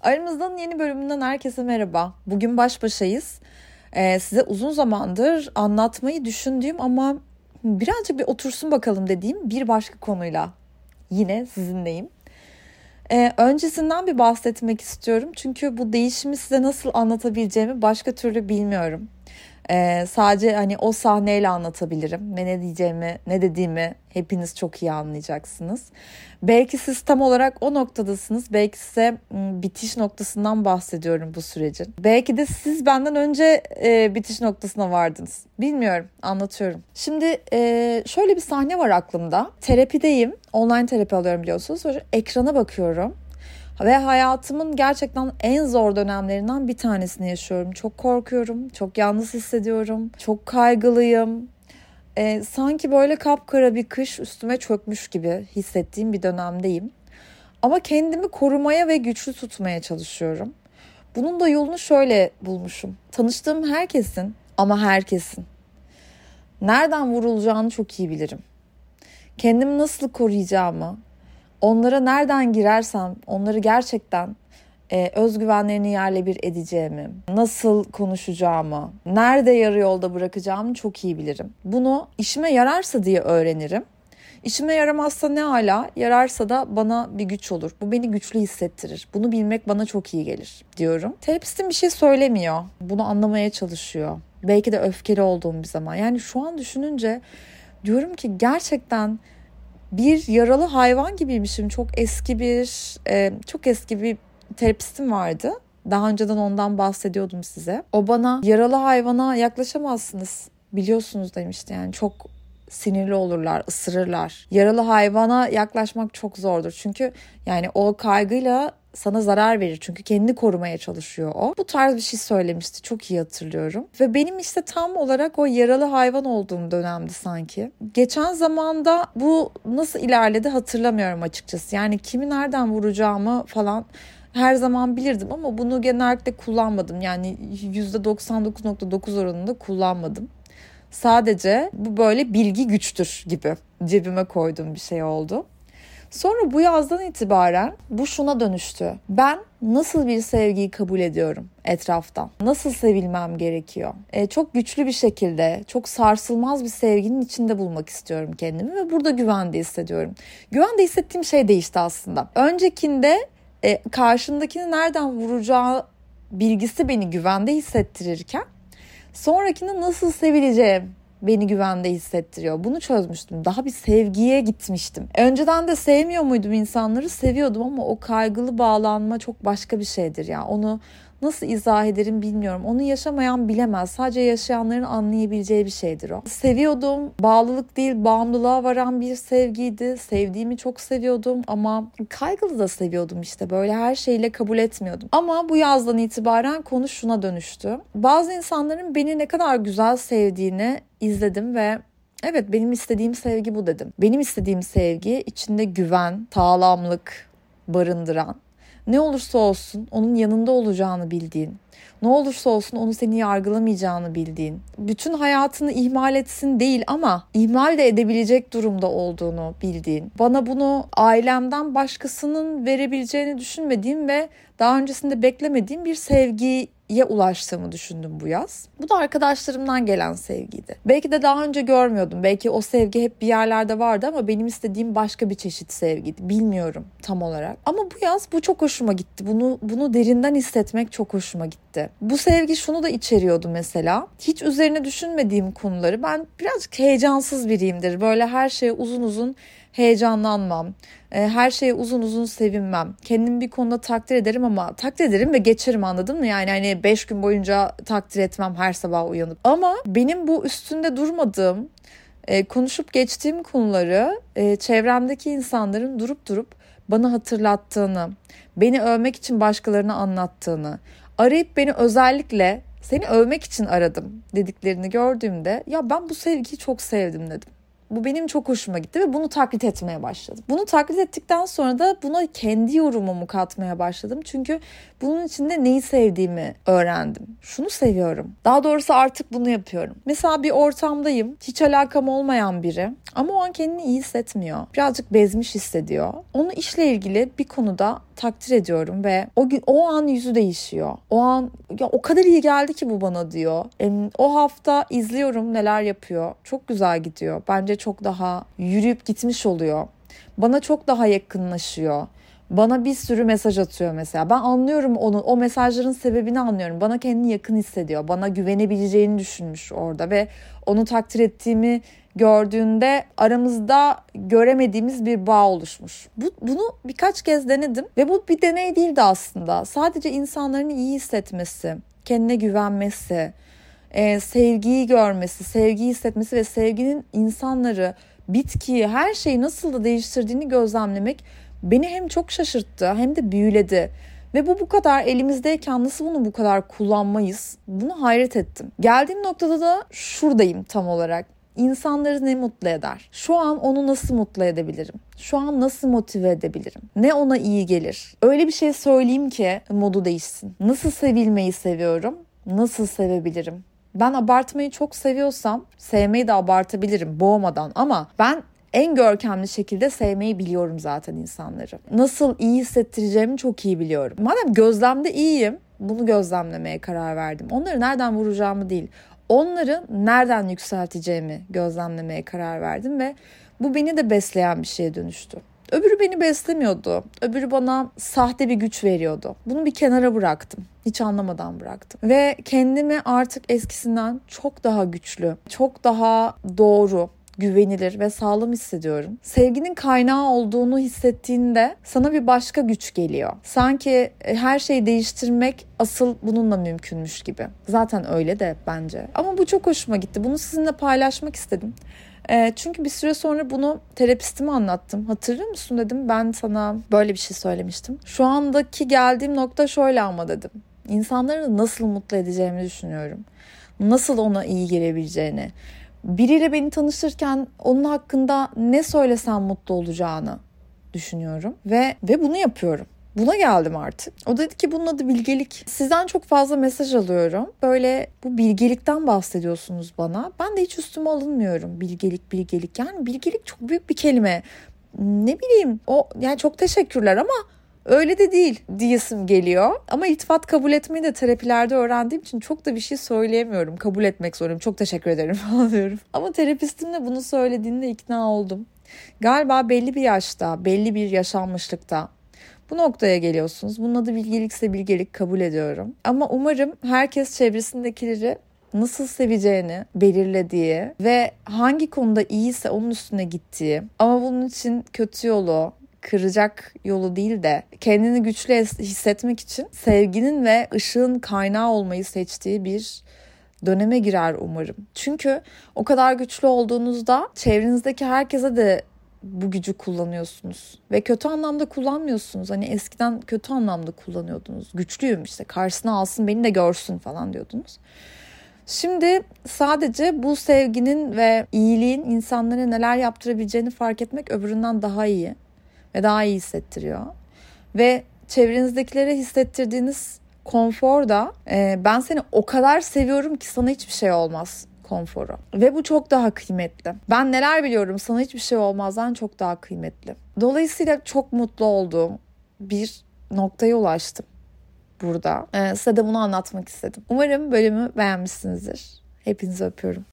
Aramızdan yeni bölümünden herkese merhaba. Bugün baş başayız. Size uzun zamandır anlatmayı düşündüğüm ama birazcık bir otursun bakalım dediğim bir başka konuyla yine sizinleyim. Öncesinden bir bahsetmek istiyorum. Çünkü bu değişimi size nasıl anlatabileceğimi başka türlü bilmiyorum. Sadece hani o sahneyle anlatabilirim ve ne diyeceğimi, ne dediğimi hepiniz çok iyi anlayacaksınız. Belki siz tam olarak o noktadasınız. Belki size bitiş noktasından bahsediyorum bu sürecin. Belki de siz benden önce bitiş noktasına vardınız. Bilmiyorum, anlatıyorum. Şimdi şöyle bir sahne var aklımda. Terapideyim, online terapi alıyorum biliyorsunuz. Sonra ekrana bakıyorum. Ve hayatımın gerçekten en zor dönemlerinden bir tanesini yaşıyorum. Çok korkuyorum, çok yalnız hissediyorum, çok kaygılıyım. Sanki böyle kapkara bir kış üstüme çökmüş gibi hissettiğim bir dönemdeyim. Ama kendimi korumaya ve güçlü tutmaya çalışıyorum. Bunun da yolunu şöyle bulmuşum. Tanıştığım herkesin nereden vurulacağını çok iyi bilirim. Kendimi nasıl koruyacağımı, onlara nereden girersem onları gerçekten özgüvenlerini yerle bir edeceğimi, nasıl konuşacağımı, nerede yarı yolda bırakacağımı çok iyi bilirim. Bunu işime yararsa diye öğrenirim. İşime yaramazsa ne hala, yararsa da bana bir güç olur. Bu beni güçlü hissettirir. Bunu bilmek bana çok iyi gelir diyorum. Terapistim bir şey söylemiyor. Bunu anlamaya çalışıyor. Belki de öfkeli olduğum bir zaman. Yani şu an düşününce diyorum ki gerçekten bir yaralı hayvan gibiymişim. Çok eski bir terapistim vardı. Daha önceden ondan bahsediyordum size. O bana yaralı hayvana yaklaşamazsınız biliyorsunuz demişti. Yani çok sinirli olurlar, ısırırlar. Yaralı hayvana yaklaşmak çok zordur. Çünkü yani o kaygıyla sana zarar verir. Çünkü kendini korumaya çalışıyor o. Bu tarz bir şey söylemişti. Çok iyi hatırlıyorum. Ve benim işte tam olarak o yaralı hayvan olduğum dönemdi sanki. Geçen zamanda bu nasıl ilerledi hatırlamıyorum açıkçası. Yani kimi nereden vuracağımı falan her zaman bilirdim ama bunu genellikle kullanmadım. Yani %99.9 oranında kullanmadım. Sadece bu böyle bilgi güçtür gibi cebime koyduğum bir şey oldu. Sonra bu yazdan itibaren bu şuna dönüştü. Ben nasıl bir sevgiyi kabul ediyorum etraftan? Nasıl sevilmem gerekiyor? Çok güçlü bir şekilde, çok sarsılmaz bir sevginin içinde bulmak istiyorum kendimi ve burada güvende hissediyorum. Güvende hissettiğim şey değişti aslında. Öncekinde karşımdakini nereden vuracağı bilgisi beni güvende hissettirirken sonrakinde nasıl sevileceğim beni güvende hissettiriyor. Bunu çözmüştüm. Daha bir sevgiye gitmiştim. Önceden de sevmiyor muydum insanları? Seviyordum ama o kaygılı bağlanma çok başka bir şeydir ya. Onu nasıl izah ederim bilmiyorum. Onu yaşamayan bilemez. Sadece yaşayanların anlayabileceği bir şeydir o. Seviyordum. Bağlılık değil, bağımlılığa varan bir sevgiydi. Sevdiğimi çok seviyordum ama kaygılı da seviyordum işte. Böyle her şeyle kabul etmiyordum. Ama bu yazdan itibaren konu şuna dönüştü. Bazı insanların beni ne kadar güzel sevdiğini izledim ve evet benim istediğim sevgi bu dedim. Benim istediğim sevgi içinde güven, sağlamlık barındıran, ne olursa olsun onun yanında olacağını bildiğin, ne olursa olsun onu seni yargılamayacağını bildiğin, bütün hayatını ihmal etsin değil ama ihmal de edebilecek durumda olduğunu bildiğin, bana bunu ailemden başkasının verebileceğini düşünmediğim ve daha öncesinde beklemediğim bir sevgiye ulaştığımı düşündüm bu yaz. Bu da arkadaşlarımdan gelen sevgiydi. Belki de daha önce görmüyordum. Belki o sevgi hep bir yerlerde vardı ama benim istediğim başka bir çeşit sevgiydi. Bilmiyorum tam olarak. Ama bu yaz bu çok hoşuma gitti. Bunu derinden hissetmek çok hoşuma gitti. Bu sevgi şunu da içeriyordu mesela. Hiç üzerine düşünmediğim konuları, ben birazcık heyecansız biriyimdir. Böyle her şeye uzun uzun heyecanlanmam. Her şeye uzun uzun sevinmem. Kendimi bir konuda takdir ederim ama takdir ederim ve geçerim, anladın mı? Yani hani 5 gün boyunca takdir etmem her sabah uyanıp. Ama benim bu üstünde durmadığım, konuşup geçtiğim konuları çevremdeki insanların durup bana hatırlattığını, beni övmek için başkalarına anlattığını, arayıp beni özellikle seni övmek için aradım dediklerini gördüğümde ya ben bu sevgiyi çok sevdim dedim. Bu benim çok hoşuma gitti ve bunu taklit etmeye başladım. Bunu taklit ettikten sonra da buna kendi yorumumu katmaya başladım. Çünkü bunun içinde neyi sevdiğimi öğrendim. Şunu seviyorum. Daha doğrusu artık bunu yapıyorum. Mesela bir ortamdayım. Hiç alakam olmayan biri. Ama o an kendini iyi hissetmiyor. Birazcık bezmiş hissediyor. Onu işle ilgili bir konuda takdir ediyorum ve o an yüzü değişiyor. O an ya o kadar iyi geldi ki bu bana diyor. O hafta izliyorum neler yapıyor. Çok güzel gidiyor. Bence çok daha yürüyüp gitmiş oluyor. Bana çok daha yakınlaşıyor. Bana bir sürü mesaj atıyor mesela. Ben anlıyorum onu. O mesajların sebebini anlıyorum. Bana kendini yakın hissediyor. Bana güvenebileceğini düşünmüş orada ve onu takdir ettiğimi gördüğünde aramızda göremediğimiz bir bağ oluşmuş. Bunu birkaç kez denedim ve bu bir deney değildi aslında. Sadece insanların iyi hissetmesi, kendine güvenmesi, sevgiyi görmesi, sevgiyi hissetmesi ve sevginin insanları, bitkiyi, her şeyi nasıl da değiştirdiğini gözlemlemek beni hem çok şaşırttı hem de büyüledi. Ve bu kadar elimizdeyken nasıl bunu bu kadar kullanmayız? Bunu hayret ettim. Geldiğim noktada da şuradayım tam olarak. İnsanları ne mutlu eder? Şu an onu nasıl mutlu edebilirim? Şu an nasıl motive edebilirim? Ne ona iyi gelir? Öyle bir şey söyleyeyim ki modu değişsin. Nasıl sevilmeyi seviyorum? Nasıl sevebilirim? Ben abartmayı çok seviyorsam sevmeyi de abartabilirim boğmadan ama ben en görkemli şekilde sevmeyi biliyorum zaten insanları. Nasıl iyi hissettireceğimi çok iyi biliyorum. Madem gözlemde iyiyim, bunu gözlemlemeye karar verdim. Onları nereden vuracağımı değil, onları nereden yükselteceğimi gözlemlemeye karar verdim ve bu beni de besleyen bir şeye dönüştü. Öbürü beni beslemiyordu. Öbürü bana sahte bir güç veriyordu. Bunu bir kenara bıraktım. Hiç anlamadan bıraktım. Ve kendimi artık eskisinden çok daha güçlü, çok daha doğru, güvenilir ve sağlam hissediyorum. Sevginin kaynağı olduğunu hissettiğinde sana bir başka güç geliyor. Sanki her şeyi değiştirmek asıl bununla mümkünmüş gibi. Zaten öyle de bence. Ama bu çok hoşuma gitti. Bunu sizinle paylaşmak istedim. Çünkü bir süre sonra bunu terapistime anlattım. Hatırlıyor musun dedim, ben sana böyle bir şey söylemiştim. Şu andaki geldiğim nokta şöyle ama dedim. İnsanları nasıl mutlu edeceğimi düşünüyorum. Nasıl ona iyi gelebileceğini. Biriyle beni tanıştırırken onun hakkında ne söylesem mutlu olacağını düşünüyorum. Ve bunu yapıyorum. Buna geldim artık. O dedi ki bunun adı bilgelik. Sizden çok fazla mesaj alıyorum. Böyle bu bilgelikten bahsediyorsunuz bana. Ben de hiç üstüme alınmıyorum. Bilgelik. Yani bilgelik çok büyük bir kelime. Ne bileyim yani çok teşekkürler ama öyle de değil diyesim geliyor. Ama iltifat kabul etmeyi de terapilerde öğrendiğim için çok da bir şey söyleyemiyorum. Kabul etmek zorundayım. Çok teşekkür ederim falan diyorum. Ama terapistimle bunu söylediğinde ikna oldum. Galiba belli bir yaşta, belli bir yaşanmışlıkta bu noktaya geliyorsunuz. Bunun adı bilgelikse bilgelik, kabul ediyorum. Ama umarım herkes çevresindekileri nasıl seveceğini belirlediği ve hangi konuda iyiyse onun üstüne gittiği ama bunun için kötü yolu, kıracak yolu değil de kendini güçlü hissetmek için sevginin ve ışığın kaynağı olmayı seçtiği bir döneme girer umarım. Çünkü o kadar güçlü olduğunuzda çevrenizdeki herkese de bu gücü kullanıyorsunuz. Ve kötü anlamda kullanmıyorsunuz. Hani eskiden kötü anlamda kullanıyordunuz. Güçlüyüm işte, karşısına alsın beni de görsün falan diyordunuz. Şimdi sadece bu sevginin ve iyiliğin insanlara neler yaptırabileceğini fark etmek öbüründen daha iyi ve daha iyi hissettiriyor. Ve çevrenizdekilere hissettirdiğiniz konfor da ben seni o kadar seviyorum ki sana hiçbir şey olmaz konforu. Ve bu çok daha kıymetli. Ben neler biliyorum, sana hiçbir şey olmazdan çok daha kıymetli. Dolayısıyla çok mutlu olduğum bir noktaya ulaştım burada. Size de bunu anlatmak istedim. Umarım bölümü beğenmişsinizdir. Hepinizi öpüyorum.